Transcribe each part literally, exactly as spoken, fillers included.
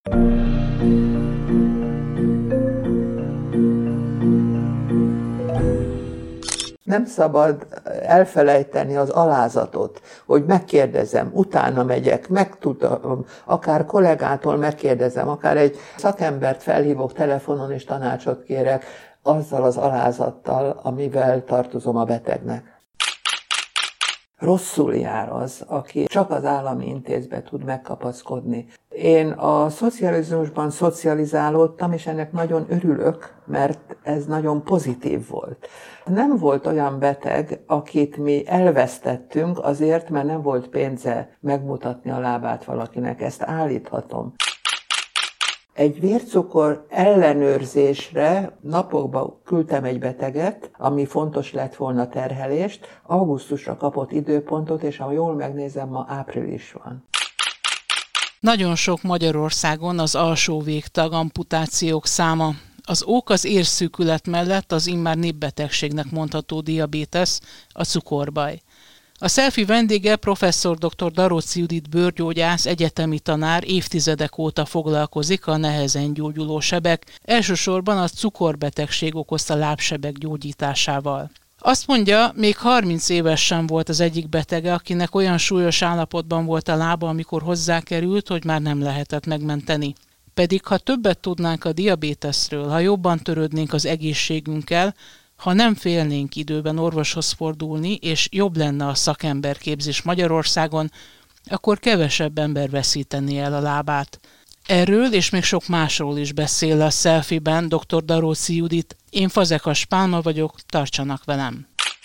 Nem szabad elfelejteni az alázatot, hogy megkérdezem, utána megyek, megtudom, akár kollégától megkérdezem, akár egy szakembert felhívok telefonon és tanácsot kérek, azzal az alázattal, amivel tartozom a betegnek. Rosszul jár az, aki csak az állami intézbe tud megkapaszkodni. Én a szocializmusban szocializálódtam, és ennek nagyon örülök, mert ez nagyon pozitív volt. Nem volt olyan beteg, akit mi elvesztettünk azért, mert nem volt pénze megmutatni a lábát valakinek, ezt állíthatom. Egy vércukor ellenőrzésre napokba küldtem egy beteget, ami fontos lett volna terhelést, augusztusra kapott időpontot, és ha jól megnézem, ma április van. Nagyon sok Magyarországon az alsó végtag amputációk száma. Az ok az érszűkület mellett az immár népbetegségnek mondható diabétesz, a cukorbaj. A selfie vendége professzor dr. Daróczi Judit bőrgyógyász, egyetemi tanár, évtizedek óta foglalkozik a nehezen gyógyuló sebek, elsősorban a cukorbetegség okozta lábsebek gyógyításával. Azt mondja, még harminc éves sem volt az egyik betege, akinek olyan súlyos állapotban volt a lába, amikor hozzákerült, hogy már nem lehetett megmenteni. Pedig ha többet tudnánk a diabéteszről, ha jobban törődnénk az egészségünkkel, ha nem félnénk időben orvoshoz fordulni, és jobb lenne a szakemberképzés Magyarországon, akkor kevesebb ember veszítené el a lábát. Erről és még sok másról is beszél a selfie-ben dr. Daróczi Judit. Én Fazekas Pálma vagyok, tartsanak velem!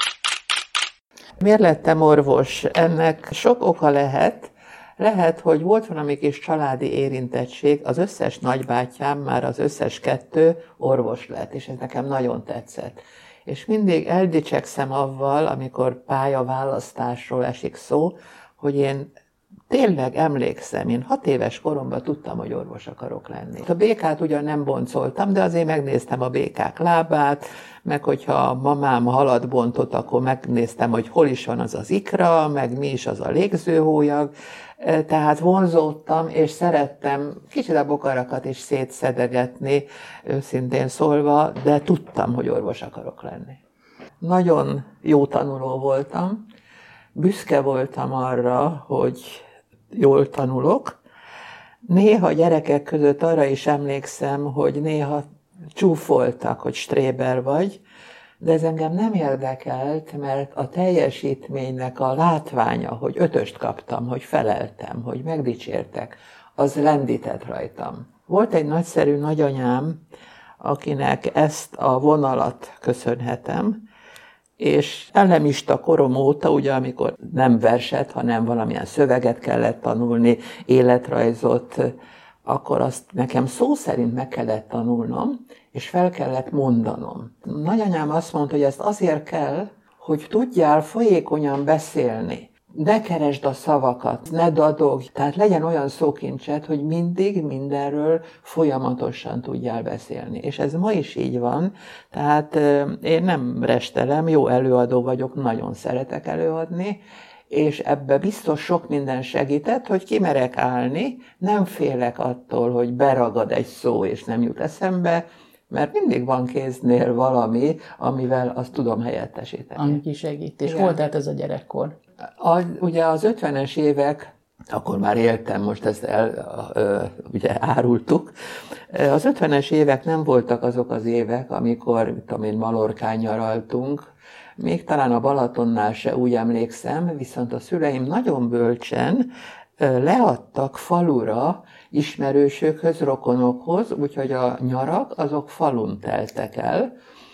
Miért lettem orvos? Ennek sok oka lehet. Lehet, hogy volt valami kis családi érintettség, az összes nagybátyám, már az összes kettő orvos lett, és ez nekem nagyon tetszett. És mindig eldicsekszem avval, amikor pályaválasztásról esik szó, hogy én tényleg emlékszem, én hat éves koromban tudtam, hogy orvos akarok lenni. A békát ugyan nem boncoltam, de azért megnéztem a békák lábát, meg hogyha a mamám halat bontott, akkor megnéztem, hogy hol is van az az ikra, meg mi is az a légzőhólyag. Tehát vonzódtam, és szerettem kicsit a bokarakat is szétszedegetni, őszintén szólva, de tudtam, hogy orvos akarok lenni. Nagyon jó tanuló voltam, büszke voltam arra, hogy jól tanulok. Néha gyerekek között arra is emlékszem, hogy néha csúfoltak, hogy stréber vagy, de ez engem nem érdekelt, mert a teljesítménynek a látványa, hogy ötöst kaptam, hogy feleltem, hogy megdicsértek, az lendített rajtam. Volt egy nagyszerű nagyanyám, akinek ezt a vonalat köszönhetem, és ellemista korom óta, ugye amikor nem verset, hanem valamilyen szöveget kellett tanulni, életrajzot, akkor azt nekem szó szerint meg kellett tanulnom, és fel kellett mondanom. Nagyanyám azt mondta, hogy ezt azért kell, hogy tudjál folyékonyan beszélni. Ne keresd a szavakat, ne dadogj, tehát legyen olyan szókincsed, hogy mindig mindenről folyamatosan tudjál beszélni. És ez ma is így van, tehát én nem restelem, jó előadó vagyok, nagyon szeretek előadni, és ebbe biztos sok minden segített, hogy kimerek állni, nem félek attól, hogy beragad egy szó, és nem jut eszembe, mert mindig van kéznél valami, amivel azt tudom helyettesíteni. Ami kisegít. És hol telt ez a gyerekkor? A, ugye az ötvenes évek, akkor már éltem, most ezt el, ugye árultuk. Az ötvenes évek nem voltak azok az évek, amikor, tudom én, Malorkán nyaraltunk, még talán a Balatonnál se úgy emlékszem, viszont a szüleim nagyon bölcsen leadtak falura ismerősökhöz, rokonokhoz, úgyhogy a nyarak azok falun teltek el,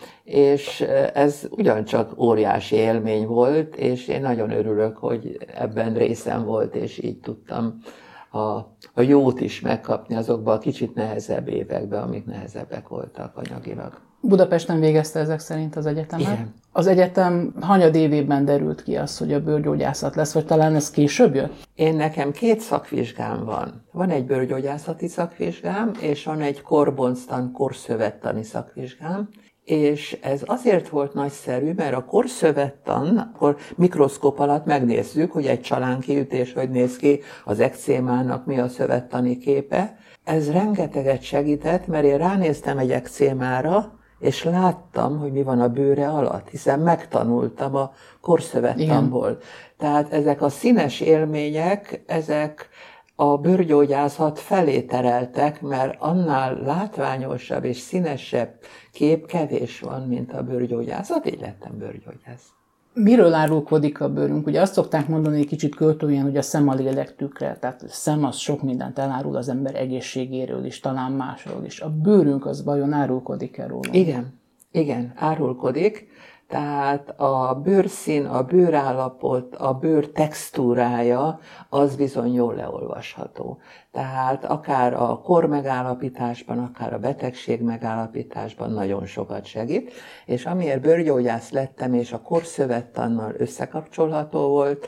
és ez ugyancsak óriási élmény volt, és én nagyon örülök, hogy ebben részem volt, és így tudtam a, a jót is megkapni azokban a kicsit nehezebb években, amik nehezebbek voltak anyagilag. Budapesten végezte ezek szerint az egyetemet? Igen. Az egyetem hanyad évében derült ki az, hogy a bőrgyógyászat lesz, vagy talán ez később jött? Én nekem két szakvizsgám van. Van egy bőrgyógyászati szakvizsgám, és van egy korbonctan, korszövettani szakvizsgám. És ez azért volt nagyszerű, mert a korszövettan, akkor mikroszkóp alatt megnézzük, hogy egy csalánkiütés hogy néz ki, az ekcémának mi a szövettani képe. Ez rengeteget segített, mert én ránéztem egy ekcémára, és láttam, hogy mi van a bőre alatt, hiszen megtanultam a korszövettanból. Tehát ezek a színes élmények, ezek a bőrgyógyászat felé tereltek, mert annál látványosabb és színesebb kép kevés van, mint a bőrgyógyászat, így lettem bőrgyógyász. Miről árulkodik a bőrünk? Ugye azt szokták mondani egy kicsit költően, hogy a szem a lélek tükre, tehát a szem az sok mindent elárul az ember egészségéről is, talán másról is. A bőrünk az vajon árulkodik-e róla? Igen, igen, árulkodik. Tehát a bőrszín, a bőrállapot, a bőr textúrája az bizony jól leolvasható. Tehát akár a kor megállapításban, akár a betegség megállapításban nagyon sokat segít, és amiért bőrgyógyász lettem, és a korszövettannal összekapcsolható volt,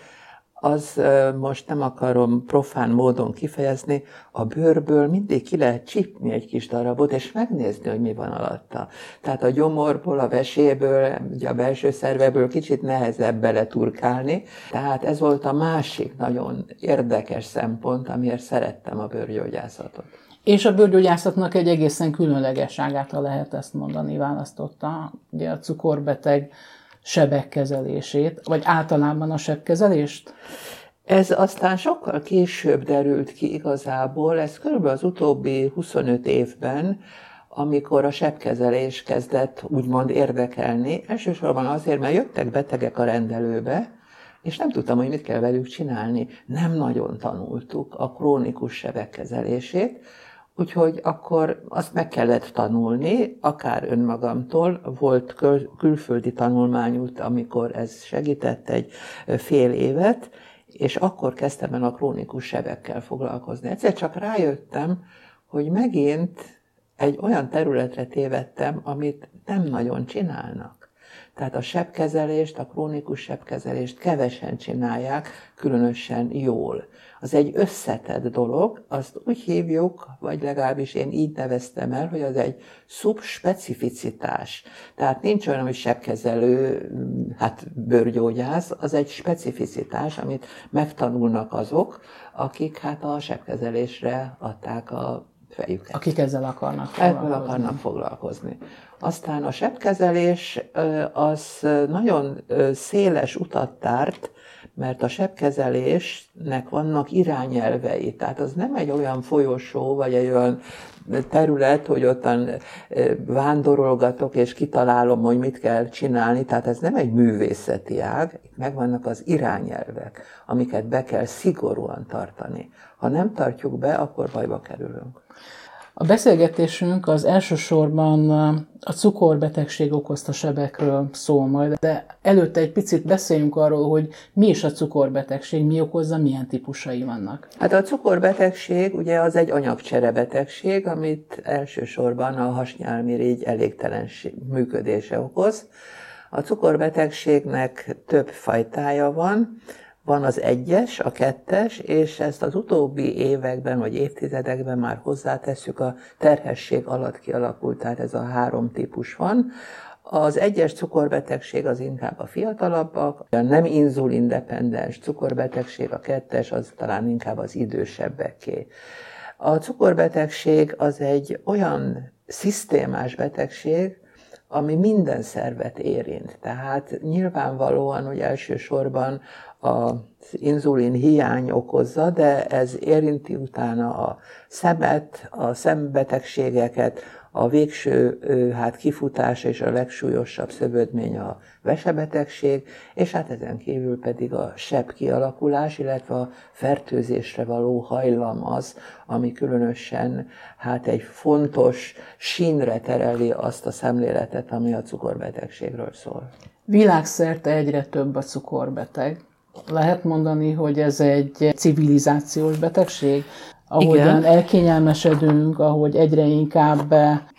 az most nem akarom profán módon kifejezni, a bőrből mindig ki lehet csípni egy kis darabot, és megnézni, hogy mi van alatta. Tehát a gyomorból, a veséből, ugye a belső szerveből kicsit nehezebb beleturkálni. Tehát ez volt a másik nagyon érdekes szempont, amiért szerettem a bőrgyógyászatot. És a bőrgyógyászatnak egy egészen különlegesságát, ha lehet ezt mondani, választotta. Ugye a cukorbeteg sebek kezelését, vagy általában a sebkezelést? Ez aztán sokkal később derült ki igazából, ez körülbelül az utóbbi huszonöt évben, amikor a sebkezelés kezdett úgymond érdekelni. Elsősorban azért, mert jöttek betegek a rendelőbe, és nem tudtam, hogy mit kell velük csinálni. Nem nagyon tanultuk a krónikus sebek kezelését, úgyhogy akkor azt meg kellett tanulni, akár önmagamtól. Volt kül- külföldi tanulmányút, amikor ez segített egy fél évet, és akkor kezdtem el a krónikus sebekkel foglalkozni. Egyszer csak rájöttem, hogy megint egy olyan területre tévedtem, amit nem nagyon csinálnak. Tehát a sebkezelést, a krónikus sebkezelést kevesen csinálják, különösen jól. Az egy összetett dolog, azt úgy hívjuk, vagy legalábbis én így neveztem el, hogy az egy szubspecificitás. Tehát nincs olyan, hogy sebkezelő, hát bőrgyógyász, az egy specificitás, amit megtanulnak azok, akik hát a sebkezelésre adták a fejüket. Akik ezzel akarnak foglalkozni. Ezzel akarnak foglalkozni. Aztán a sebkezelés az nagyon széles utat tárt, mert a sebkezelésnek vannak irányelvei. Tehát az nem egy olyan folyosó, vagy egy olyan terület, hogy ottan vándorolgatok, és kitalálom, hogy mit kell csinálni. Tehát ez nem egy művészeti ág, itt megvannak az irányelvek, amiket be kell szigorúan tartani. Ha nem tartjuk be, akkor bajba kerülünk. A beszélgetésünk az elsősorban a cukorbetegség okozta sebekről szól majd, de előtte egy picit beszéljünk arról, hogy mi is a cukorbetegség, mi okozza, milyen típusai vannak. Hát a cukorbetegség ugye az egy anyagcserebetegség, amit elsősorban a hasnyálmirigy elégtelenség működése okoz. A cukorbetegségnek több fajtája van. Van az egyes, a kettes, és ezt az utóbbi években, vagy évtizedekben már hozzátesszük, a terhesség alatt kialakult, tehát ez a három típus van. Az egyes cukorbetegség az inkább a fiatalabbak, a nem inzulindependens cukorbetegség, a kettes az talán inkább az idősebbeké. A cukorbetegség az egy olyan szisztémás betegség, ami minden szervet érint. Tehát nyilvánvalóan, hogy elsősorban az inzulin hiány okozza, de ez érinti utána a szemet, a szembetegségeket, a végső hát, kifutás és a legsúlyosabb szövődmény a vesebetegség, és hát ezen kívül pedig a seb kialakulás, illetve a fertőzésre való hajlam az, ami különösen hát egy fontos sínre tereli azt a szemléletet, ami a cukorbetegségről szól. Világszerte egyre több a cukorbeteg. Lehet mondani, hogy ez egy civilizációs betegség? Ahogyan Igen. elkényelmesedünk, ahogy egyre inkább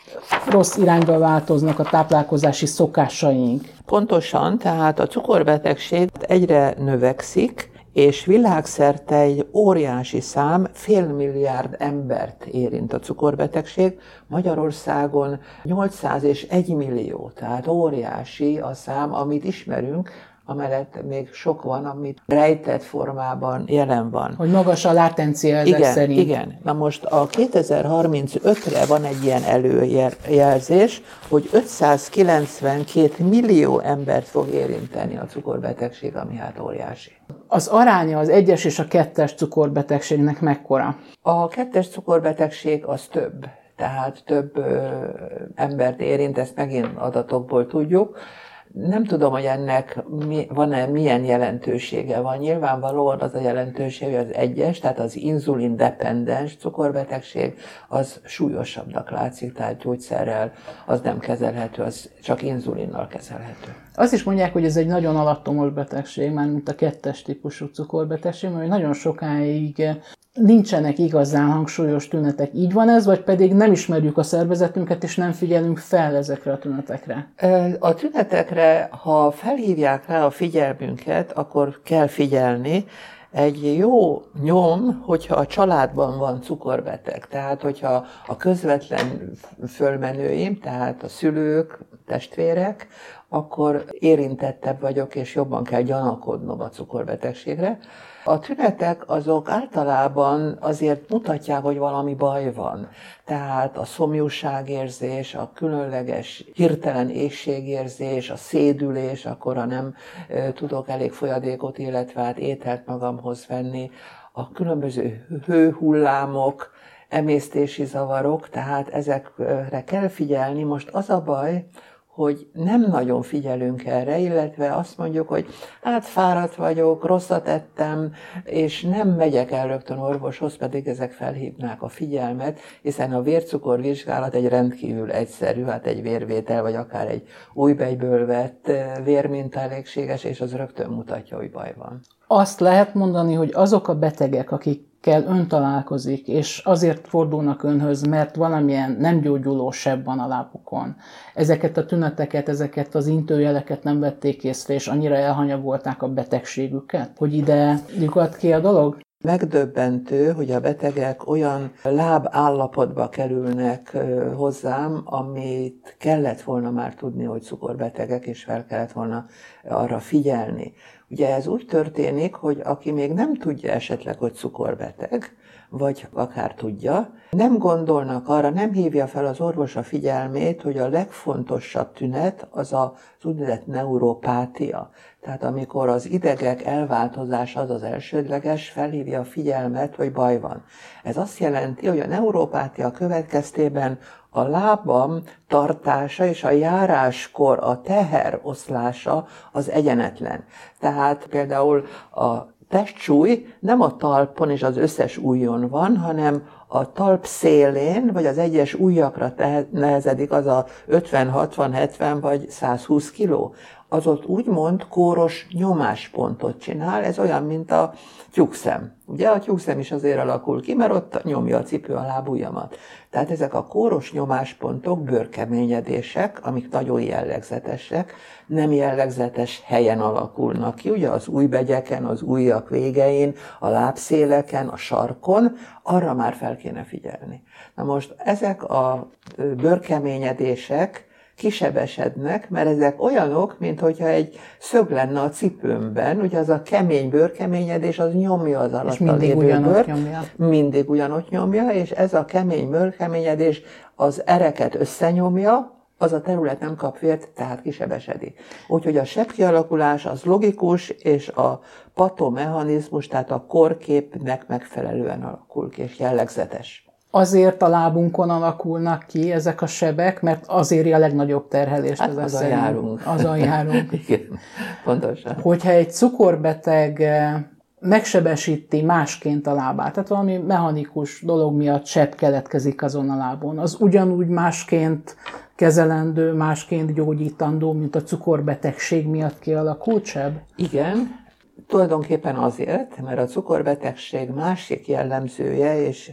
rossz irányba változnak a táplálkozási szokásaink. Pontosan, tehát a cukorbetegség egyre növekszik, és világszerte egy óriási szám, félmilliárd embert érint a cukorbetegség, Magyarországon nyolcszáz és egy millió, tehát óriási a szám, amit ismerünk, amellett még sok van, amit rejtett formában jelen van. Hogy magas a látencia ezek igen, szerint. Igen, na most a kétezer-harmincötre van egy ilyen előjelzés, hogy ötszázkilencvenkét millió embert fog érinteni a cukorbetegség, ami hát óriási. Az aránya az egyes és a kettes cukorbetegségnek mekkora? A kettes cukorbetegség az több, tehát több ö, embert érint, ezt megint adatokból tudjuk. Nem tudom, hogy ennek mi, van-e milyen jelentősége van. Nyilvánvalóan az a jelentőség, hogy az egyes, tehát az inzulin-dependens cukorbetegség, az súlyosabbnak látszik, tehát gyógyszerrel az nem kezelhető, az csak inzulinnal kezelhető. Azt is mondják, hogy ez egy nagyon alattomos betegség, mármint a kettes típusú cukorbetegség, mert nagyon sokáig nincsenek igazán hangsúlyos tünetek. Így van ez, vagy pedig nem ismerjük a szervezetünket, és nem figyelünk fel ezekre a tünetekre? A tünetekre, ha felhívják rá a figyelmünket, akkor kell figyelni. Egy jó nyom, hogyha a családban van cukorbeteg, tehát hogyha a közvetlen fölmenőim, tehát a szülők, testvérek, akkor érintettebb vagyok, és jobban kell gyanakodnom a cukorbetegségre. A tünetek azok általában azért mutatják, hogy valami baj van. Tehát a szomjúságérzés, a különleges hirtelen éhségérzés, a szédülés, akkor ha nem e, tudok elég folyadékot, illetve hát ételt magamhoz venni, a különböző hőhullámok, emésztési zavarok, tehát ezekre kell figyelni. Most az a baj, hogy nem nagyon figyelünk erre, illetve azt mondjuk, hogy hát fáradt vagyok, rosszat ettem, és nem megyek el rögtön orvoshoz, pedig ezek felhívnák a figyelmet, hiszen a vércukorvizsgálat egy rendkívül egyszerű, hát egy vérvétel, vagy akár egy újbegyből vett vérminta elégséges, és az rögtön mutatja, hogy baj van. Azt lehet mondani, hogy azok a betegek, akikkel ön találkozik, és azért fordulnak önhöz, mert valamilyen nem gyógyuló seb van a lábukon. Ezeket a tüneteket, ezeket az intőjeleket nem vették észre, és annyira elhanyagolták a betegségüket, hogy ide lyukadt ki a dolog? Megdöbbentő, hogy a betegek olyan lábállapotba kerülnek hozzám, amit kellett volna már tudni, hogy cukorbetegek, és fel kellett volna arra figyelni. Ugye ez úgy történik, hogy aki még nem tudja esetleg, hogy cukorbeteg, vagy akár tudja, nem gondolnak arra, nem hívja fel az orvos a figyelmét, hogy a legfontosabb tünet az az úgynevezett neuropátia. Tehát amikor az idegek elváltozása az az elsődleges, felhívja a figyelmet, hogy baj van. Ez azt jelenti, hogy a neuropátia következtében a lábam tartása és a járáskor a teher oszlása az egyenetlen. Tehát például a testsúly nem a talpon és az összes ujjon van, hanem a talp szélén, vagy az egyes ujjakra nehezedik az a ötven, hatvan, hetven vagy százhúsz kiló. Az ott úgymond kóros nyomáspontot csinál, ez olyan, mint a tyúkszem. Ugye a tyúkszem is azért alakul ki, mert ott nyomja a cipő a lábujjamat. Tehát ezek a kóros nyomáspontok, bőrkeményedések, amik nagyon jellegzetesek, nem jellegzetes helyen alakulnak ki, ugye az ujjbegyeken, az ujjak végein, a lábszéleken, a sarkon, arra már fel kéne figyelni. Na most ezek a bőrkeményedések kisebesednek, mert ezek olyanok, mint hogyha egy szög lenne a cipőmben, ugye az a kemény bőrkeményedés, az nyomja az alatt a lévő bőrt, nyomja. mindig ugyanott nyomja, és ez a kemény bőrkeményedés az ereket összenyomja, az a terület nem kap vért, tehát kisebesedik. Úgyhogy a sebkialakulás az logikus, és a patomechanizmus, tehát a korképnek megfelelően alakul ki, és jellegzetes. Azért a lábunkon alakulnak ki ezek a sebek, mert azért a legnagyobb terhelést hát az azon járunk. Azon járunk. Igen, pontosan. Hogyha egy cukorbeteg megsebesíti másként a lábát, tehát valami mechanikus dolog miatt seb keletkezik azon a lábon, az ugyanúgy másként kezelendő, másként gyógyítandó, mint a cukorbetegség miatt kialakult seb? Igen. Tulajdonképpen azért, mert a cukorbetegség másik jellemzője, és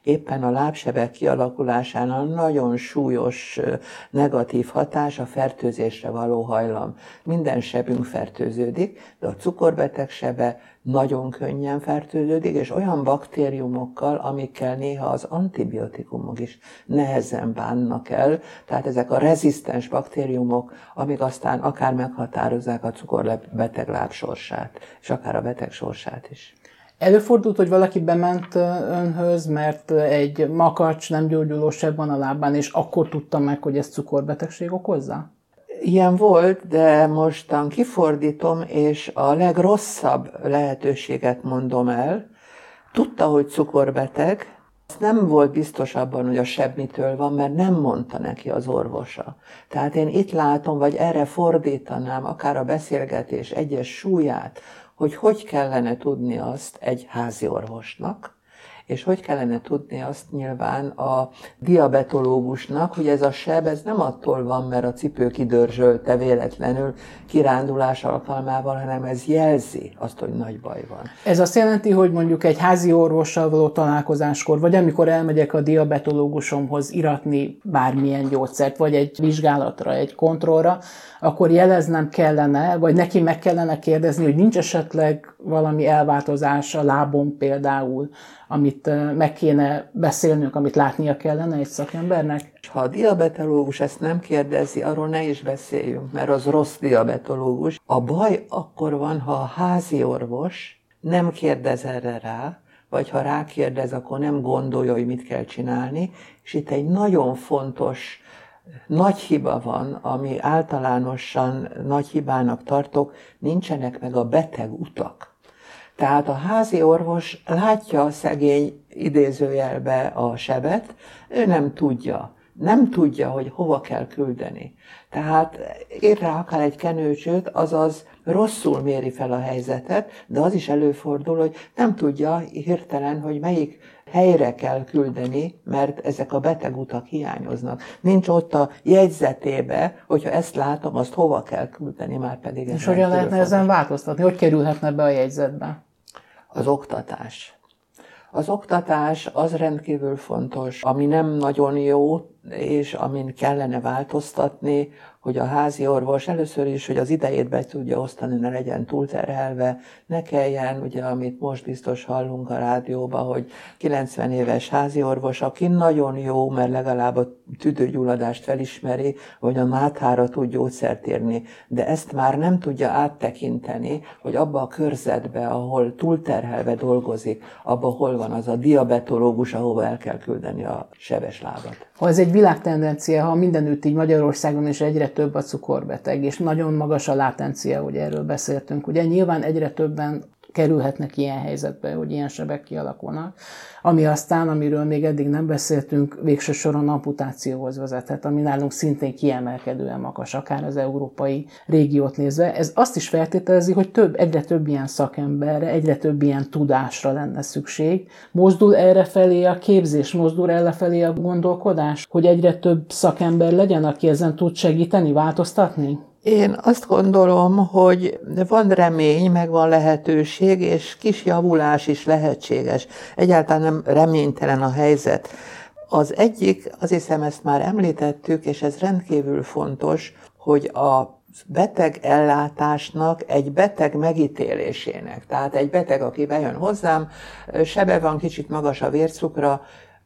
éppen a lábsebek kialakulásánál nagyon súlyos negatív hatás a fertőzésre való hajlam. Minden sebünk fertőződik, de a cukorbeteg sebe nagyon könnyen fertőződik, és olyan baktériumokkal, amikkel néha az antibiotikumok is nehezen bánnak el, tehát ezek a rezisztens baktériumok, amik aztán akár meghatározzák a cukorbeteg láb sorsát, és akár a beteg sorsát is. Előfordult, hogy valaki bement önhöz, mert egy makacs, nem gyógyuló seb van a lábán, és akkor tudta meg, hogy ez cukorbetegség okozza? Ilyen volt, de mostan kifordítom, és a legrosszabb lehetőséget mondom el. Tudta, hogy cukorbeteg, nem volt biztos abban, hogy a seb mitől van, mert nem mondta neki az orvosa. Tehát én itt látom, vagy erre fordítanám akár a beszélgetés egyes súlyát, hogy hogy kellene tudni azt egy házi orvosnak, és hogy kellene tudni azt nyilván a diabetológusnak, hogy ez a seb, ez nem attól van, mert a cipő kidörzsölte véletlenül kirándulás alkalmával, hanem ez jelzi azt, hogy nagy baj van. Ez azt jelenti, hogy mondjuk egy házi orvossal való találkozáskor, vagy amikor elmegyek a diabetológusomhoz iratni bármilyen gyógyszert, vagy egy vizsgálatra, egy kontrollra, akkor jeleznem kellene, vagy neki meg kellene kérdezni, hogy nincs esetleg valami elváltozás a lábon például, amit meg kéne beszélnünk, amit látnia kellene egy szakembernek? Ha a diabetológus ezt nem kérdezi, arról ne is beszéljünk, mert az rossz diabetológus. A baj akkor van, ha a házi orvos nem kérdez erre rá, vagy ha rákérdez, akkor nem gondolja, hogy mit kell csinálni, és itt egy nagyon fontos nagy hiba van, ami általánosan nagy hibának tartok, nincsenek meg a beteg utak. Tehát a házi orvos látja a szegény idézőjelbe a sebet, ő nem tudja. Nem tudja, hogy hova kell küldeni. Tehát ír rá akár egy kenőcsöt, azaz rosszul méri fel a helyzetet, de az is előfordul, hogy nem tudja hirtelen, hogy melyik helyre kell küldeni, mert ezek a betegutak hiányoznak. Nincs ott a jegyzetébe, hogyha ezt látom, azt hova kell küldeni, már pedig... És hogyan lehetne ezen változtatni? Hogy kerülhetne be a jegyzetbe? Az oktatás. Az oktatás az rendkívül fontos, ami nem nagyon jó, és amin kellene változtatni, hogy a házi orvos először is, hogy az idejét be tudja osztani, ne legyen túlterhelve, ne kelljen, ugye, amit most biztos hallunk a rádióban, hogy kilencven éves házi orvos, aki nagyon jó, mert legalább a tüdőgyulladást felismeri, vagy a máthára tud gyógyszert írni, de ezt már nem tudja áttekinteni, hogy abba a körzetbe, ahol túlterhelve dolgozik, abba hol van az a diabetológus, ahova el kell küldeni a sebes lábat. Ha ez egy világtendencia, ha mindenütt így Magyarországon is egyre több a cukorbeteg, és nagyon magas a látencia, hogy erről beszéltünk. Ugye nyilván egyre többen kerülhetnek ilyen helyzetbe, hogy ilyen sebek kialakulnak, ami aztán, amiről még eddig nem beszéltünk, végső soron amputációhoz vezethet, ami nálunk szintén kiemelkedően magas, akár az európai régiót nézve. Ez azt is feltételezi, hogy több, egyre több ilyen szakemberre, egyre több ilyen tudásra lenne szükség. Mozdul erre felé a képzés, mozdul erre felé a gondolkodás, hogy egyre több szakember legyen, aki ezen tud segíteni, változtatni? Én azt gondolom, hogy van remény, meg van lehetőség, és kis javulás is lehetséges. Egyáltalán nem reménytelen a helyzet. Az egyik, azt hiszem, ezt már említettük, és ez rendkívül fontos, hogy a beteg ellátásnak egy beteg megítélésének. Tehát egy beteg, aki bejön hozzám, sebe van, kicsit magas a vércukra,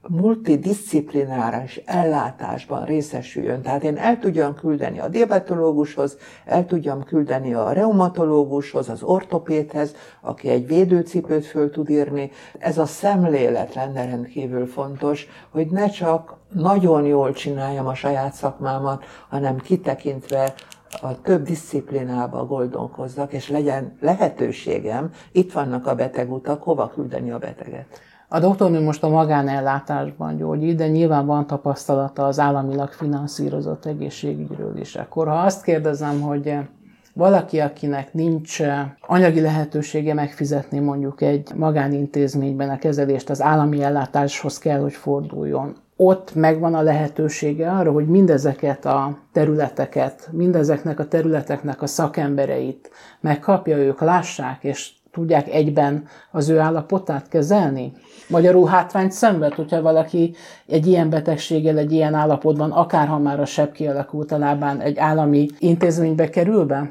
multidisciplináris ellátásban részesüljön. Tehát én el tudjam küldeni a diabetológushoz, el tudjam küldeni a reumatológushoz, az ortopédhez, aki egy védőcipőt föl tud írni. Ez a szemlélet lenne rendkívül fontos, hogy ne csak nagyon jól csináljam a saját szakmámat, hanem kitekintve a több diszciplinába gondolkozzak, és legyen lehetőségem, itt vannak a betegutak, hova küldeni a beteget. A doktornő most a magánellátásban gyógyít, de nyilván van tapasztalata az államilag finanszírozott egészségügyről is. Akkor ha azt kérdezem, hogy valaki, akinek nincs anyagi lehetősége megfizetni mondjuk egy magánintézményben a kezelést, az állami ellátáshoz kell, hogy forduljon. Ott megvan a lehetősége arra, hogy mindezeket a területeket, mindezeknek a területeknek a szakembereit megkapja, ők lássák, és tudják egyben az ő állapotát kezelni? Magyarul hátrányt szenved, hogyha valaki egy ilyen betegséggel, egy ilyen állapotban, akárha már a seb kialakult a lábán, egy állami intézménybe kerül be?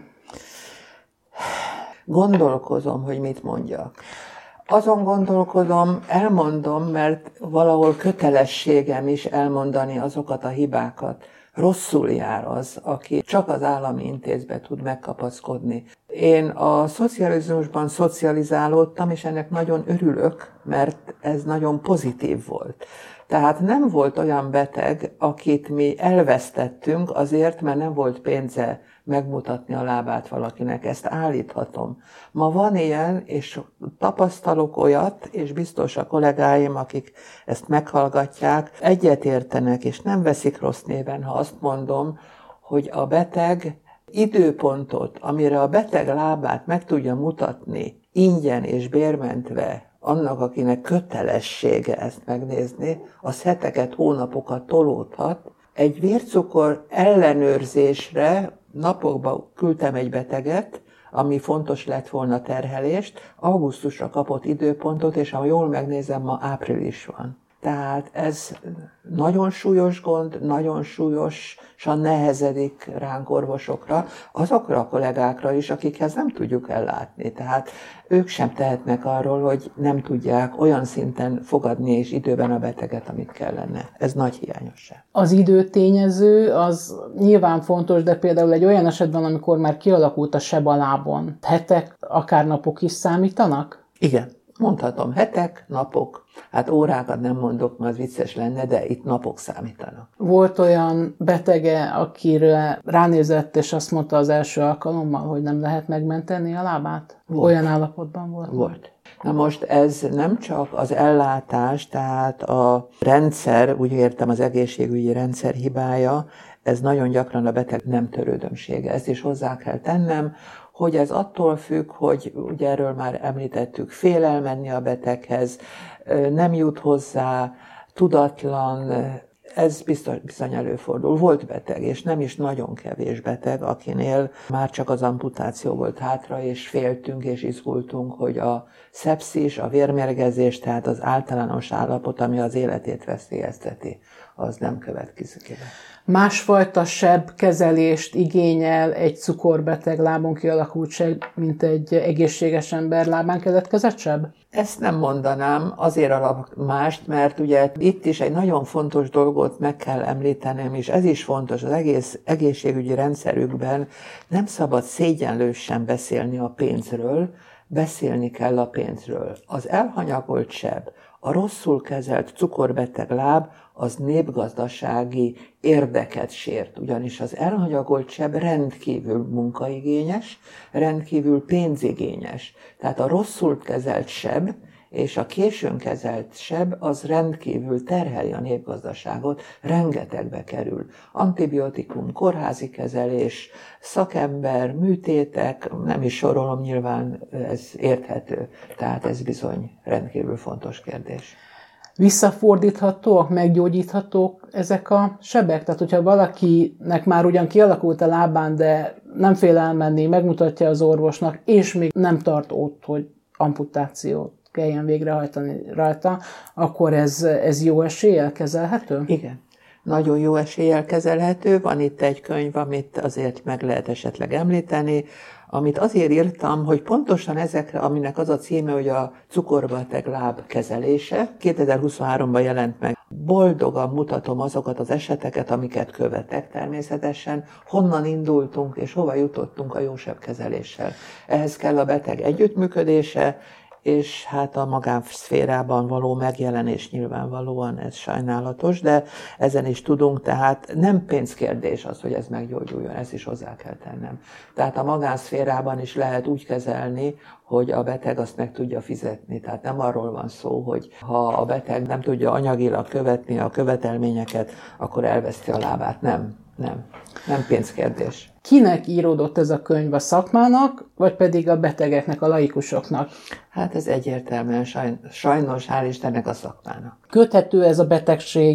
Gondolkozom, hogy mit mondjak. Azon gondolkodom, elmondom, mert valahol kötelességem is elmondani azokat a hibákat. Rosszul jár az, aki csak az állami intézbe tud megkapaszkodni. Én a szocializmusban szocializálódtam, és ennek nagyon örülök, mert ez nagyon pozitív volt. Tehát nem volt olyan beteg, akit mi elvesztettünk azért, mert nem volt pénze megmutatni a lábát valakinek. Ezt állíthatom. Ma van ilyen, és tapasztalok olyat, és biztos a kollégáim, akik ezt meghallgatják, egyetértenek, és nem veszik rossz néven, ha azt mondom, hogy a beteg időpontot, amire a beteg lábát meg tudja mutatni, ingyen és bérmentve, annak, akinek kötelessége ezt megnézni, az heteket, hónapokat tolódhat. Egy vércukor ellenőrzésre napokba küldtem egy beteget, ami fontos lett volna terhelést, augusztusra kapott időpontot, és ha jól megnézem, ma április van. Tehát ez nagyon súlyos gond, nagyon súlyosan nehezedik ránk orvosokra, azokra a kollégákra is, akikhez nem tudjuk ellátni. Tehát ők sem tehetnek arról, hogy nem tudják olyan szinten fogadni és időben a beteget, amit kellene. Ez nagy hiányosság. Az időtényező az nyilván fontos, de például egy olyan esetben, amikor már kialakult a seb a lábon, hetek, akár napok is számítanak? Igen. Mondhatom, hetek, napok, hát órákat nem mondok, mert az vicces lenne, de itt napok számítanak. Volt olyan betege, akire ránézett, és azt mondta az első alkalommal, hogy nem lehet megmenteni a lábát? Volt. Olyan állapotban volt? Volt. Na most ez nem csak az ellátás, tehát a rendszer, úgy értem az egészségügyi rendszer hibája, ez nagyon gyakran a beteg nem törődömsége. Ezt is hozzá kell tennem, hogy ez attól függ, hogy ugye erről már említettük, fél elmenni a beteghez, nem jut hozzá, tudatlan, ez biztos, bizony előfordul. Volt beteg, és nem is nagyon kevés beteg, akinél már csak az amputáció volt hátra, és féltünk és izgultunk, hogy a szepszis, a vérmérgezés, tehát az általános állapot, ami az életét veszélyezteti, az nem következik. Másfajta sebkezelést igényel egy cukorbeteg lábon kialakult seb, mint egy egészséges ember lábán keletkezett seb? Ezt nem mondanám, azért alap mást, mert ugye itt is egy nagyon fontos dolgot meg kell említenem, és ez is fontos, az egész egészségügyi rendszerükben nem szabad szégyenlősen beszélni a pénzről, beszélni kell a pénzről. Az elhanyagolt seb, a rosszul kezelt cukorbeteg láb, az népgazdasági érdeket sért, ugyanis az elhanyagolt seb rendkívül munkaigényes, rendkívül pénzigényes. Tehát a rosszul kezelt seb és a későn kezelt seb az rendkívül terheli a népgazdaságot, rengetegbe kerül. Antibiotikum, kórházi kezelés, szakember, műtétek, nem is sorolom, nyilván ez érthető. Tehát ez bizony rendkívül fontos kérdés. Visszafordíthatóak, meggyógyíthatók ezek a sebek? Tehát, hogyha valakinek már ugyan kialakult a lábán, de nem fél elmenni, megmutatja az orvosnak, és még nem tart ott, hogy amputációt kelljen végrehajtani rajta, akkor ez, ez jó eséllyel kezelhető? Igen. Nagyon jó eséllyel kezelhető. Van itt egy könyv, amit azért meg lehet esetleg említeni, amit azért írtam, hogy pontosan ezekre, aminek az a címe, hogy a cukorbeteg láb kezelése, kétezer-huszonháromban jelent meg. Boldogan mutatom azokat az eseteket, amiket követek természetesen, honnan indultunk és hova jutottunk a jó sebkezeléssel. Ehhez kell a beteg együttműködése, és hát a magánszférában való megjelenés nyilvánvalóan ez sajnálatos, de ezen is tudunk, tehát nem pénzkérdés az, hogy ez meggyógyuljon, ezt is hozzá kell tennem. Tehát a magánszférában is lehet úgy kezelni, hogy a beteg azt meg tudja fizetni. Tehát nem arról van szó, hogy ha a beteg nem tudja anyagilag követni a követelményeket, akkor elveszti a lábát. Nem, nem. Nem pénzkérdés. Kinek íródott ez a könyv, a szakmának, vagy pedig a betegeknek, a laikusoknak? Hát ez egyértelműen sajnos, hál' Istennek a szakmának. Köthető ez a betegség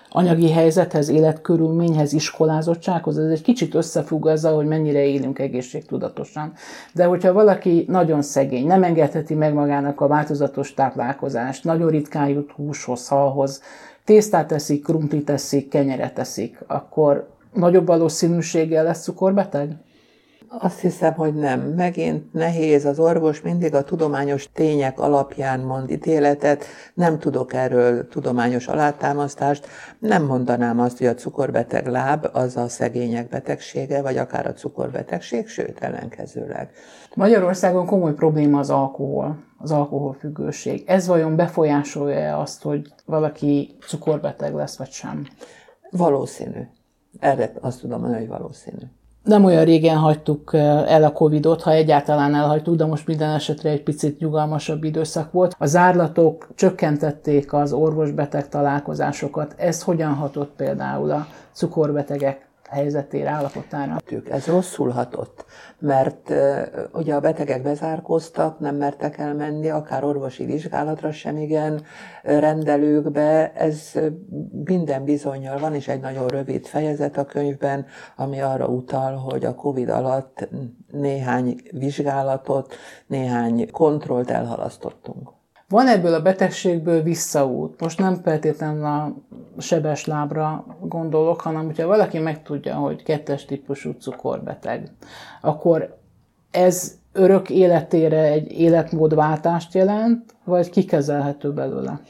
anyagi helyzethez, életkörülményhez, iskolázottsághoz, ez egy kicsit összefügg azzal, hogy mennyire élünk egészségtudatosan. De hogyha valaki nagyon szegény, nem engedheti meg magának a változatos táplálkozást, nagyon ritkán jut húshoz, halhoz, tésztát eszik, krumplit eszik, kenyeret eszik, akkor nagyobb valószínűséggel lesz cukorbeteg? Azt hiszem, hogy nem. Megint nehéz, az orvos mindig a tudományos tények alapján mond ítéletet, nem tudok erről tudományos alátámasztást, nem mondanám azt, hogy a cukorbeteg láb az a szegények betegsége, vagy akár a cukorbetegség, sőt, ellenkezőleg. Magyarországon komoly probléma az alkohol, az alkoholfüggőség. Ez vajon befolyásolja azt, hogy valaki cukorbeteg lesz, vagy sem? Valószínű. Erre azt tudom mondani, hogy valószínű. Nem olyan régen hagytuk el a Covidot, ha egyáltalán elhagytuk, de most minden esetre egy picit nyugalmasabb időszak volt. A zárlatok csökkentették az orvos-beteg találkozásokat. Ez hogyan hatott például a cukorbetegek helyzetére, állapotára? Ez rosszul hatott, mert ugye a betegek bezárkóztak, nem mertek elmenni, akár orvosi vizsgálatra sem igen, rendelőkbe. Ez minden bizonnyal van, és egy nagyon rövid fejezet a könyvben, ami arra utal, hogy a Covid alatt néhány vizsgálatot, néhány kontrollt elhalasztottunk. Van ebből a betegségből visszaút. Most nem feltétlenül a sebes lábra gondolok, hanem hogyha valaki megtudja, hogy kettes típusú cukorbeteg, akkor ez örök életére egy életmódváltást jelent, vagy kikezelhető belőle?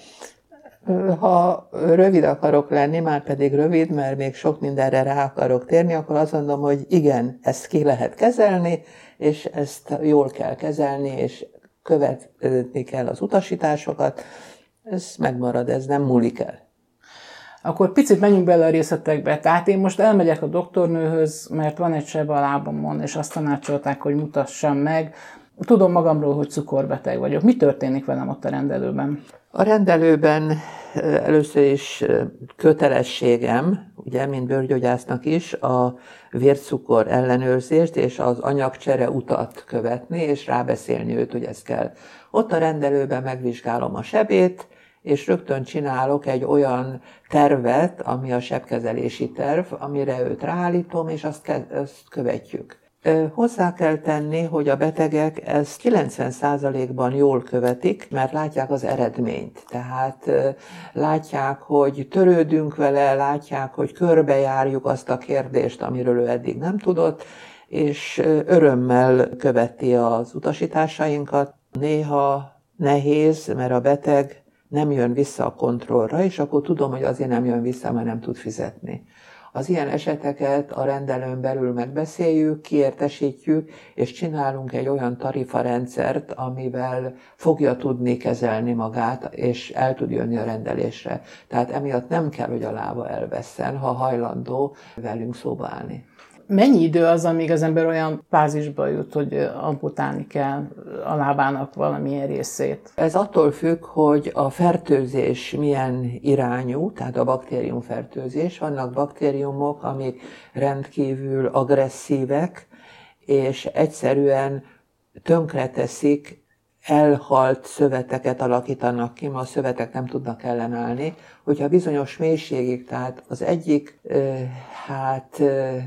Ha rövid akarok lenni, már pedig rövid, mert még sok mindenre rá akarok térni, akkor azt mondom, hogy igen, ezt ki lehet kezelni, és ezt jól kell kezelni, és követni kell az utasításokat, ez megmarad, ez nem múlik el. Akkor picit menjünk bele a részletekbe. Tehát én most elmegyek a doktornőhöz, mert van egy seb a lábamon, és azt tanácsolták, hogy mutassam meg. Tudom magamról, hogy cukorbeteg vagyok. Mi történik velem ott a rendelőben? A rendelőben először is kötelességem, ugye, mint bőrgyógyásznak is, a vércukor ellenőrzést és az anyagcsere utat követni, és rábeszélni őt, hogy ez kell. Ott a rendelőben megvizsgálom a sebét, és rögtön csinálok egy olyan tervet, ami a sebkezelési terv, amire őt ráállítom, és azt, azt követjük. Hozzá kell tenni, hogy a betegek ezt kilencven százalékban jól követik, mert látják az eredményt. Tehát látják, hogy törődünk vele, látják, hogy körbejárjuk azt a kérdést, amiről ő eddig nem tudott, és örömmel követi az utasításainkat. Néha nehéz, mert a beteg nem jön vissza a kontrollra, és akkor tudom, hogy azért nem jön vissza, mert nem tud fizetni. Az ilyen eseteket a rendelőn belül megbeszéljük, kiértesítjük, és csinálunk egy olyan tarifarendszert, amivel fogja tudni kezelni magát, és el tud jönni a rendelésre. Tehát emiatt nem kell, hogy a lába elvesszen, ha hajlandó velünk szóba állni. Mennyi idő az, amíg az ember olyan fázisba jut, hogy amputálni kell a lábának valamilyen részét? Ez attól függ, hogy a fertőzés milyen irányú, tehát a baktériumfertőzés. Vannak baktériumok, amik rendkívül agresszívek, és egyszerűen tönkreteszik, elhalt szöveteket alakítanak ki, ma a szövetek nem tudnak ellenállni. Hogyha bizonyos mélységig, tehát az egyik, hát...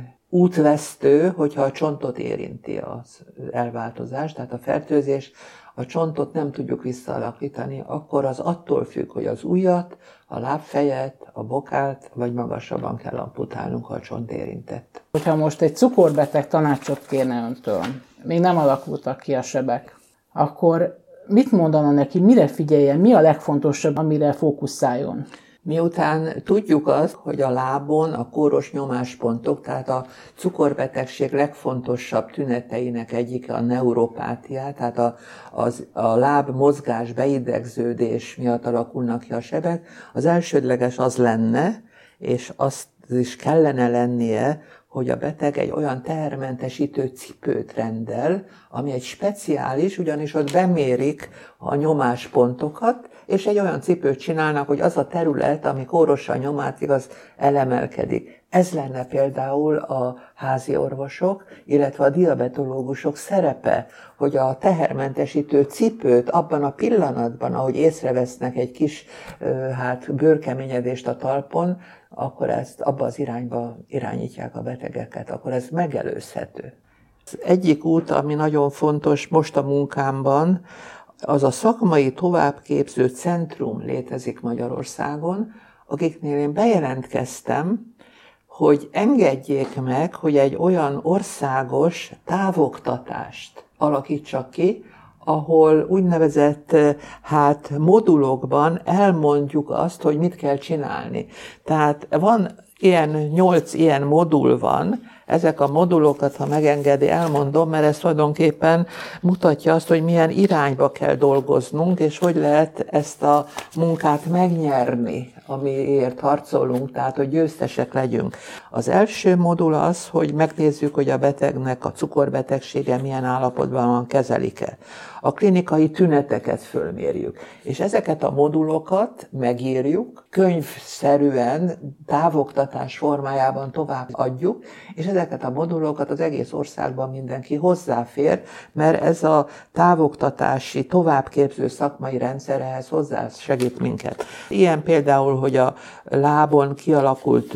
útvesztő, hogyha a csontot érinti az elváltozás, tehát a fertőzés, a csontot nem tudjuk visszaalakítani, akkor az attól függ, hogy az ujjat, a lábfejet, a bokát, vagy magasabban kell amputálnunk, ha a csont érintett. Hogyha most egy cukorbeteg tanácsot kérne öntől, még nem alakultak ki a sebek, akkor mit mondana neki, mire figyeljen, mi a legfontosabb, amire fókuszáljon? Miután tudjuk azt, hogy a lábon a kóros nyomáspontok, tehát a cukorbetegség legfontosabb tüneteinek egyike a neuropátia, tehát a, az, a láb mozgás, beidegződés miatt alakulnak ki a sebek, az elsődleges az lenne, és azt is kellene lennie, hogy a beteg egy olyan tehermentesítő cipőt rendel, ami egy speciális, ugyanis ott bemérik a nyomáspontokat, és egy olyan cipőt csinálnak, hogy az a terület, ami kórosan nyomátig, az elemelkedik. Ez lenne például a házi orvosok, illetve a diabetológusok szerepe, hogy a tehermentesítő cipőt abban a pillanatban, ahogy észrevesznek egy kis hát, bőrkeményedést a talpon, akkor ezt abba az irányba irányítják a betegeket, akkor ez megelőzhető. Az egyik út, ami nagyon fontos most a munkámban, az a szakmai továbbképző centrum létezik Magyarországon, akiknél én bejelentkeztem, hogy engedjék meg, hogy egy olyan országos távoktatást alakítsak ki, ahol úgynevezett hát, modulokban elmondjuk azt, hogy mit kell csinálni. Tehát van ilyen, nyolc ilyen modul van, ezek a modulokat, ha megengedi, elmondom, mert ez tulajdonképpen mutatja azt, hogy milyen irányba kell dolgoznunk, és hogy lehet ezt a munkát megnyerni, amiért harcolunk, tehát hogy győztesek legyünk. Az első modul az, hogy megnézzük, hogy a betegnek a cukorbetegsége milyen állapotban van, kezelik-e. A klinikai tüneteket fölmérjük, és ezeket a modulokat megírjuk, könyvszerűen, távoktatás formájában tovább adjuk, és ezeket a modulokat az egész országban mindenki hozzáfér, mert ez a távoktatási, továbbképző szakmai rendszer ehhez hozzá segít minket. Ilyen például, hogy a lábon kialakult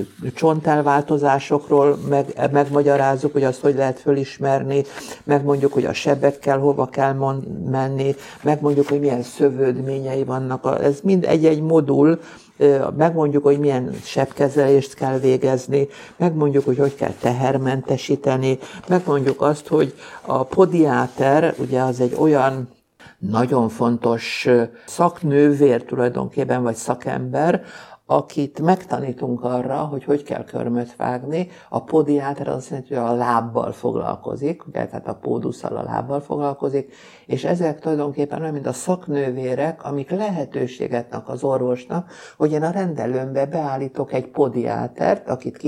csontelváltozásokról meg, megmagyarázzuk, hogy azt hogy lehet fölismerni, megmondjuk, hogy a sebekkel hova kell menni, megmondjuk, hogy milyen szövődményei vannak. Ez mind egy-egy modul, megmondjuk, hogy milyen sebkezelést kell végezni, megmondjuk, hogy hogy kell tehermentesíteni, megmondjuk azt, hogy a podiáter, ugye az egy olyan nagyon fontos szaknővér tulajdonképpen, vagy szakember, akit megtanítunk arra, hogy hogy kell körmöt vágni. A podiáter azt jelenti, hogy a lábbal foglalkozik, ugye, tehát a pódusszal a lábbal foglalkozik, és ezek tulajdonképpen olyan, mint a szaknővérek, amik lehetőséget adnak az orvosnak, hogy én a rendelőmbe beállítok egy podiátert, akit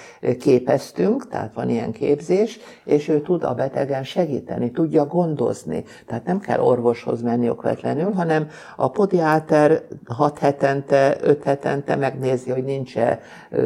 képeztünk, tehát van ilyen képzés, és ő tud a betegen segíteni, tudja gondozni. Tehát nem kell orvoshoz menni okvetlenül, hanem a podiáter hat hetente, öt hetente megnézi, hogy nincs-e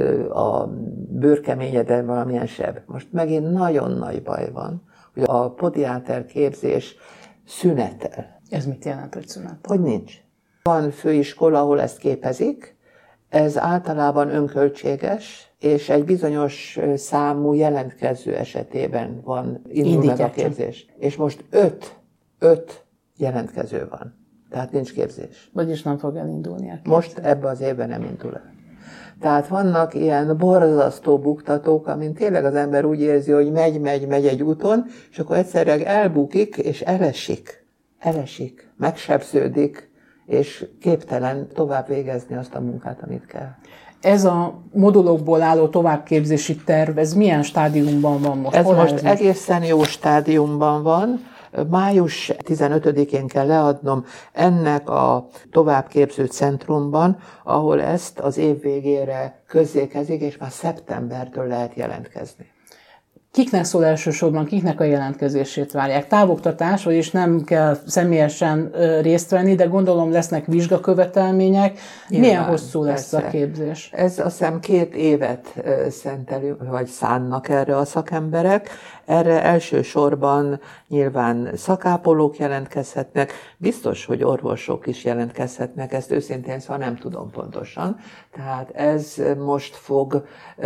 a bőrkeményeden valamilyen seb. Most megint nagyon nagy baj van, hogy a podiáter képzés szünetel. Ez mit jelent, hogy szünetel? Hogy nincs. Van főiskola, ahol ezt képezik, ez általában önköltséges, és egy bizonyos számú jelentkező esetében van indul meg a képzés. És most öt, öt jelentkező van. Tehát nincs képzés. Vagyis nem fog elindulni a képzés. Most ebben az évben nem indul el. Tehát vannak ilyen borzasztó buktatók, amin tényleg az ember úgy érzi, hogy megy, megy, megy egy úton, és akkor egyszerűen elbukik, és elesik. Elesik, megsebződik, és képtelen tovább végezni azt a munkát, amit kell. Ez a modulokból álló továbbképzési terv, ez milyen stádiumban van most? Ez Hol most ez egészen jó stádiumban van. május tizenötödikén kell leadnom ennek a továbbképző centrumban, ahol ezt az év végére közzékezik, és már szeptembertől lehet jelentkezni. Kiknek szól elsősorban, kiknek a jelentkezését várják? Távoktatás, vagyis nem kell személyesen részt venni, de gondolom lesznek vizsgakövetelmények. Nyilván, milyen hosszú lesz persze a képzés? Ez azt hiszem két évet szentelünk, vagy szánnak erre a szakemberek. Erre elsősorban nyilván szakápolók jelentkezhetnek, biztos, hogy orvosok is jelentkezhetnek, ezt őszintén szóval nem tudom pontosan. Tehát ez most fog,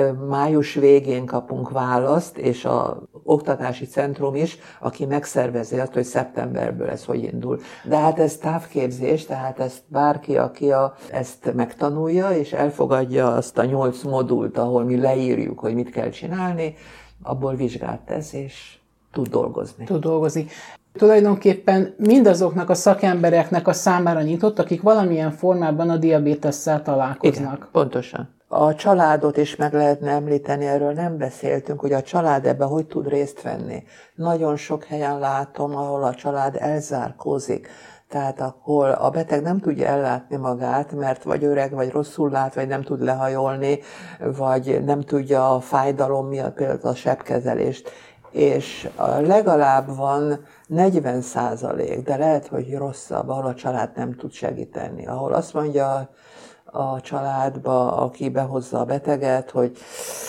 május végén kapunk választ, és az oktatási centrum is, aki megszervezi azt, hogy szeptemberből ez hogy indul. De hát ez távképzés, tehát ezt bárki, aki a, ezt megtanulja, és elfogadja azt a nyolc modult, ahol mi leírjuk, hogy mit kell csinálni, abból vizsgát tesz, és tud dolgozni. Tud dolgozni. Tulajdonképpen mindazoknak a szakembereknek a számára nyitott, akik valamilyen formában a diabétesszel találkoznak. Igen, pontosan. A családot is meg lehetne említeni, erről nem beszéltünk, hogy a család ebben hogy tud részt venni. Nagyon sok helyen látom, ahol a család elzárkózik. Tehát akkor a beteg nem tudja ellátni magát, mert vagy öreg, vagy rosszul lát, vagy nem tud lehajolni, vagy nem tudja a fájdalom miatt például a sebkezelést. És legalább van negyven százalék, de lehet, hogy rosszabb, ahol a család nem tud segíteni. Ahol azt mondja a családba, aki behozza a beteget, hogy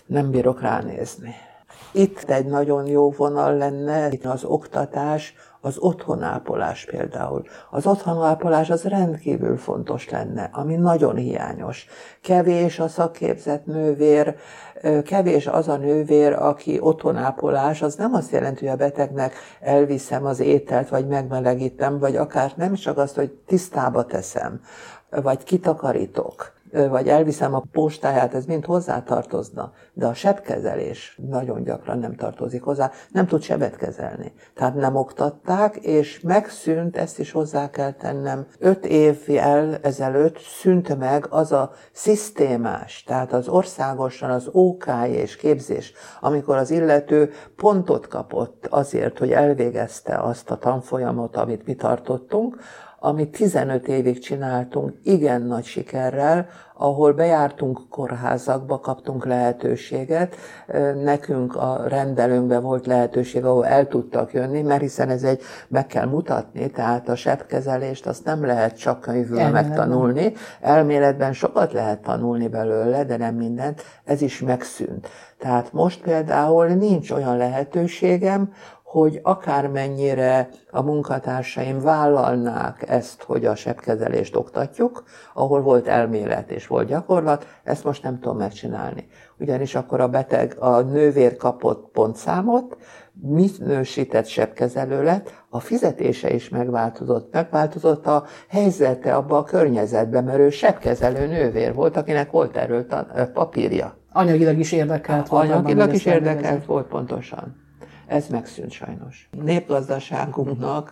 nem bírok ránézni. Itt egy nagyon jó vonal lenne az oktatás, az otthonápolás például. Az otthonápolás az rendkívül fontos lenne, ami nagyon hiányos. Kevés a szakképzett nővér, kevés az a nővér, aki otthonápolás, az nem azt jelenti, hogy a betegnek elviszem az ételt, vagy megmelegítem, vagy akár nem csak azt, hogy tisztába teszem, vagy kitakarítok, vagy elviszem a postáját, ez mind hozzátartozna. De a sebkezelés nagyon gyakran nem tartozik hozzá, nem tud sebet kezelni. Tehát nem oktatták, és megszűnt, ezt is hozzá kell tennem, öt évvel ezelőtt szűnt meg az a szisztémás, tehát az országosan az ó ká és képzés, amikor az illető pontot kapott azért, hogy elvégezte azt a tanfolyamot, amit mi tartottunk, amit tizenöt évig csináltunk igen nagy sikerrel, ahol bejártunk kórházakba, kaptunk lehetőséget, nekünk a rendelőnkben volt lehetőség, ahol el tudtak jönni, mert hiszen ez egy, meg kell mutatni, tehát a sebkezelést azt nem lehet csak könyvből Elméletben. megtanulni. Elméletben sokat lehet tanulni belőle, de nem mindent, ez is megszűnt. Tehát most például nincs olyan lehetőségem, hogy akármennyire a munkatársaim vállalnák ezt, hogy a sebkezelést oktatjuk, ahol volt elmélet és volt gyakorlat, ezt most nem tudom megcsinálni. Ugyanis akkor a beteg, a nővér kapott pontszámot, minősített sebkezelő lett, a fizetése is megváltozott. Megváltozott a helyzete abba a környezetben, mert ő sebkezelő nővér volt, akinek volt erről papírja. Anyagilag is érdekelt volt. Anyagilag is érdekelt volt, pontosan. Ez megszűnt sajnos. Népgazdaságunknak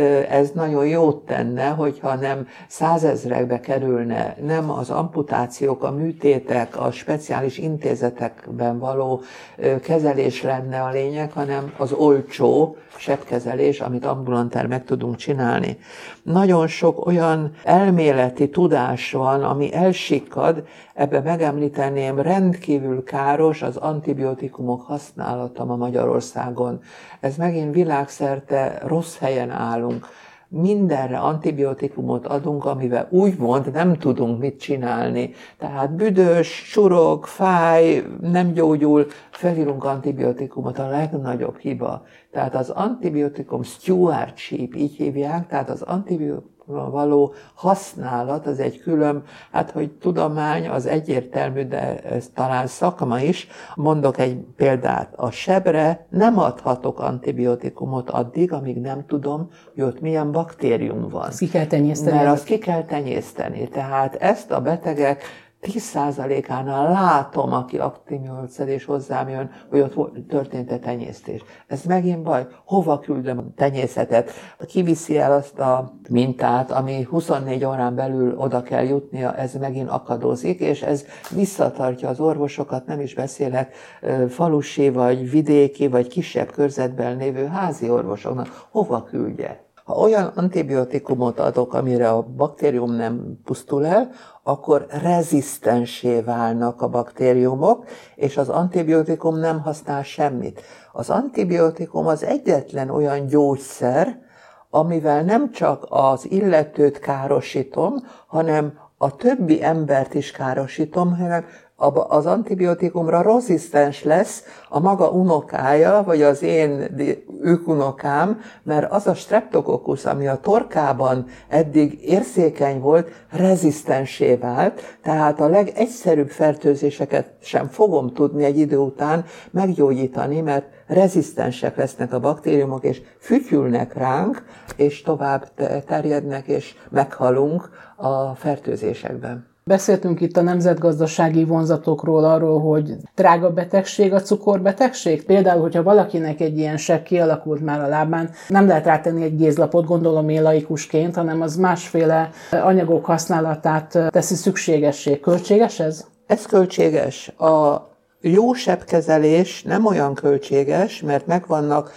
ez nagyon jót tenne, hogyha nem százezrekbe kerülne, nem az amputációk, a műtétek, a speciális intézetekben való kezelés lenne a lényeg, hanem az olcsó sebkezelés, amit ambulantár meg tudunk csinálni. Nagyon sok olyan elméleti tudás van, ami elsikkad, ebbe megemlíteném, rendkívül káros az antibiotikumok használata ma Magyarországon. Ez megint világszerte rossz helyen állunk. Mindenre antibiotikumot adunk, amivel úgymond nem tudunk mit csinálni. Tehát büdös, surog, fáj, nem gyógyul, felírunk antibiotikumot, a legnagyobb hiba. Tehát az antibiotikum stewardship, így hívják, tehát az antibiotikum való használat, az egy külön, hát hogy tudomány, az egyértelmű, de ez talán szakma is. Mondok egy példát, a sebre nem adhatok antibiotikumot addig, amíg nem tudom, hogy ott milyen baktérium van. Azt ki kell tenyészteni. Mert azt ki kell tenyészteni. Tehát ezt a betegek tíz százalékánál látom, aki aktív-nyolcszedés hozzám jön, hogy ott történt-e tenyésztés. Ez megint baj. Hova küldöm a tenyészetet? Kiviszi el azt a mintát, ami huszonnégy órán belül oda kell jutnia, ez megint akadozik, és ez visszatartja az orvosokat, nem is beszélek falusi, vagy vidéki, vagy kisebb körzetben lévő házi orvosoknak. Hova küldje? Ha olyan antibiotikumot adok, amire a baktérium nem pusztul el, akkor rezisztensé válnak a baktériumok, és az antibiotikum nem használ semmit. Az antibiotikum az egyetlen olyan gyógyszer, amivel nem csak az illetőt károsítom, hanem a többi embert is károsítom, hanem az antibiotikumra rezisztens lesz a maga unokája, vagy az én őkunokám, mert az a streptokokusz, ami a torkában eddig érzékeny volt, rezisztensé vált, tehát a legegyszerűbb fertőzéseket sem fogom tudni egy idő után meggyógyítani, mert rezisztensek lesznek a baktériumok, és fütyülnek ránk, és tovább terjednek, és meghalunk a fertőzésekben. Beszéltünk itt a nemzetgazdasági vonzatokról, arról, hogy drága betegség a cukorbetegség. Például, hogyha valakinek egy ilyen seb kialakult már a lábán, nem lehet rátenni egy gézlapot, gondolom én laikusként, hanem az másféle anyagok használatát teszi szükségessé. Költséges ez? Ez költséges. A jó sebkezelés nem olyan költséges, mert megvannak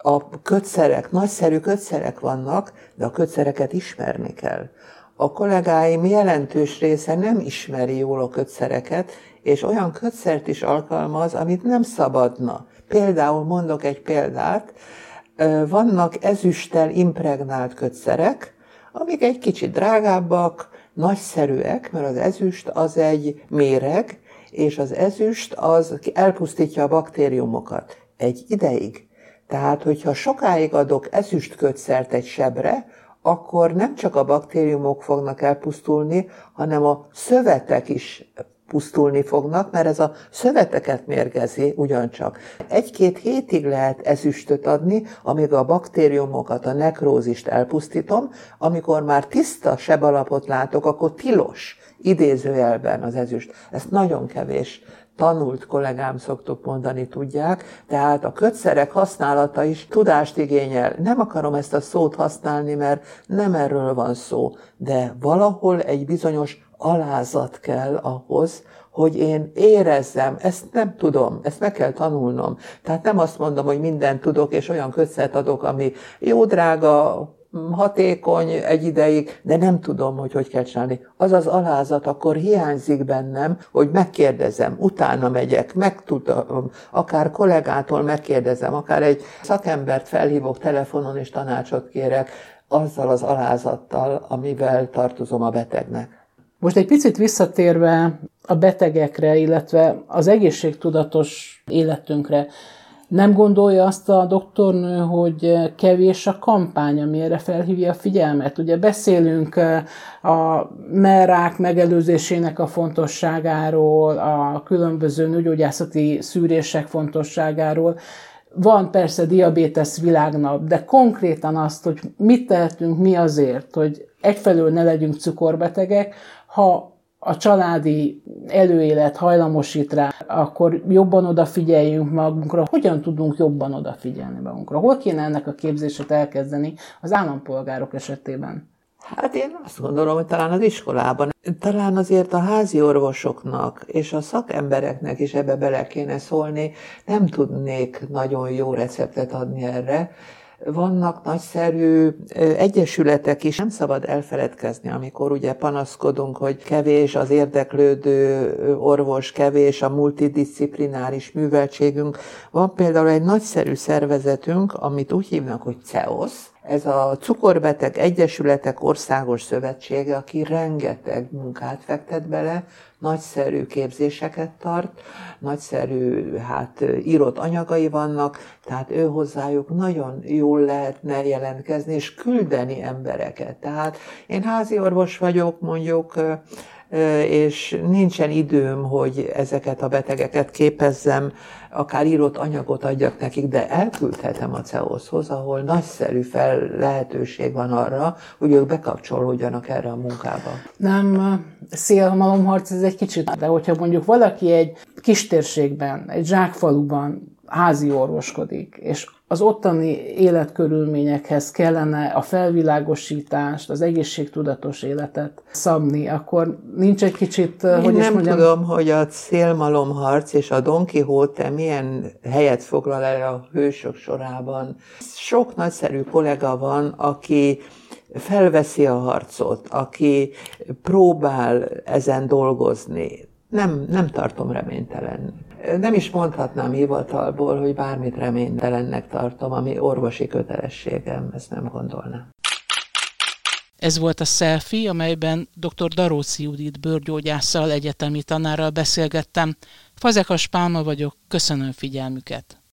a kötszerek, nagyszerű kötszerek vannak, de a kötszereket ismerni kell. A kollégáim jelentős része nem ismeri jól a kötszereket, és olyan kötszert is alkalmaz, amit nem szabadna. Például mondok egy példát, vannak ezüsttel impregnált kötszerek, amik egy kicsit drágábbak, nagyszerűek, mert az ezüst az egy méreg, és az ezüst az elpusztítja a baktériumokat egy ideig. Tehát, hogyha sokáig adok ezüstkötszert egy sebre, akkor nem csak a baktériumok fognak elpusztulni, hanem a szövetek is pusztulni fognak, mert ez a szöveteket mérgezi ugyancsak. Egy-két hétig lehet ezüstöt adni, amíg a baktériumokat, a nekrózist elpusztítom, amikor már tiszta sebalapot látok, akkor tilos, idézőjelben az ezüst. Ezt nagyon kevés tanult kollégám szoktuk mondani, tudják, tehát a kötszerek használata is tudást igényel. Nem akarom ezt a szót használni, mert nem erről van szó, de valahol egy bizonyos alázat kell ahhoz, hogy én érezzem, ezt nem tudom, ezt meg kell tanulnom. Tehát nem azt mondom, hogy mindent tudok, és olyan kötszert adok, ami jó drága, hatékony egy ideig, de nem tudom, hogy hogy kell csinálni. Az az alázat akkor hiányzik bennem, hogy megkérdezem, utána megyek, megtudom, akár kollégától megkérdezem, akár egy szakembert felhívok telefonon és tanácsot kérek, azzal az alázattal, amivel tartozom a betegnek. Most egy picit visszatérve a betegekre, illetve az egészségtudatos életünkre, nem gondolja azt a doktornő, hogy kevés a kampány, ami erre felhívja a figyelmet? Ugye beszélünk a mellrák megelőzésének a fontosságáról, a különböző nőgyógyászati szűrések fontosságáról. Van persze diabétesz világnap, de konkrétan azt, hogy mit tehetünk mi azért, hogy egyfelől ne legyünk cukorbetegek, ha a családi előélet hajlamosít rá, akkor jobban odafigyeljünk magunkra. Hogyan tudunk jobban odafigyelni magunkra? Hol kéne ennek a képzését elkezdeni az állampolgárok esetében? Hát én azt gondolom, hogy talán az iskolában, talán azért a házi orvosoknak és a szakembereknek is ebbe bele kéne szólni, nem tudnék nagyon jó receptet adni erre. Vannak nagyszerű egyesületek is, nem szabad elfeledkezni, amikor ugye panaszkodunk, hogy kevés az érdeklődő orvos, kevés a multidisciplináris műveltségünk. Van például egy nagyszerű szervezetünk, amit úgy hívnak, hogy cé e o es, ez a Cukorbeteg Egyesületek Országos Szövetsége, aki rengeteg munkát fektet bele, nagyszerű képzéseket tart, nagyszerű hát, írott anyagai vannak, tehát ő hozzájuk nagyon jól lehetne jelentkezni és küldeni embereket. Tehát én házi orvos vagyok, mondjuk, és nincsen időm, hogy ezeket a betegeket képezzem, akár írott anyagot adjak nekik, de elküldhetem a cé e o es-hoz, ahol nagyszerű fel lehetőség van arra, hogy ők bekapcsolódjanak erre a munkába. Nem szélmalomharc, ez egy kicsit, de hogyha mondjuk valaki egy kistérségben, egy zsákfaluban házi orvoskodik, és az ottani életkörülményekhez kellene a felvilágosítást, az egészségtudatos életet szabni, akkor nincs egy kicsit, Én hogy is nem mondjam... tudom, hogy a szélmalomharc és a Don Quixote milyen helyet foglal el a hősök sorában. Sok nagyszerű kollega van, aki felveszi a harcot, aki próbál ezen dolgozni. Nem, nem tartom reménytelen. Nem is mondhatnám hivatalból, hogy bármit reménytelennek tartom, ami orvosi kötelességem, ezt nem gondolnám. Ez volt a Selfie, amelyben dr. Daróczi Judit bőrgyógyásszal, egyetemi tanárral beszélgettem. Fazekas Pálma vagyok, köszönöm figyelmüket.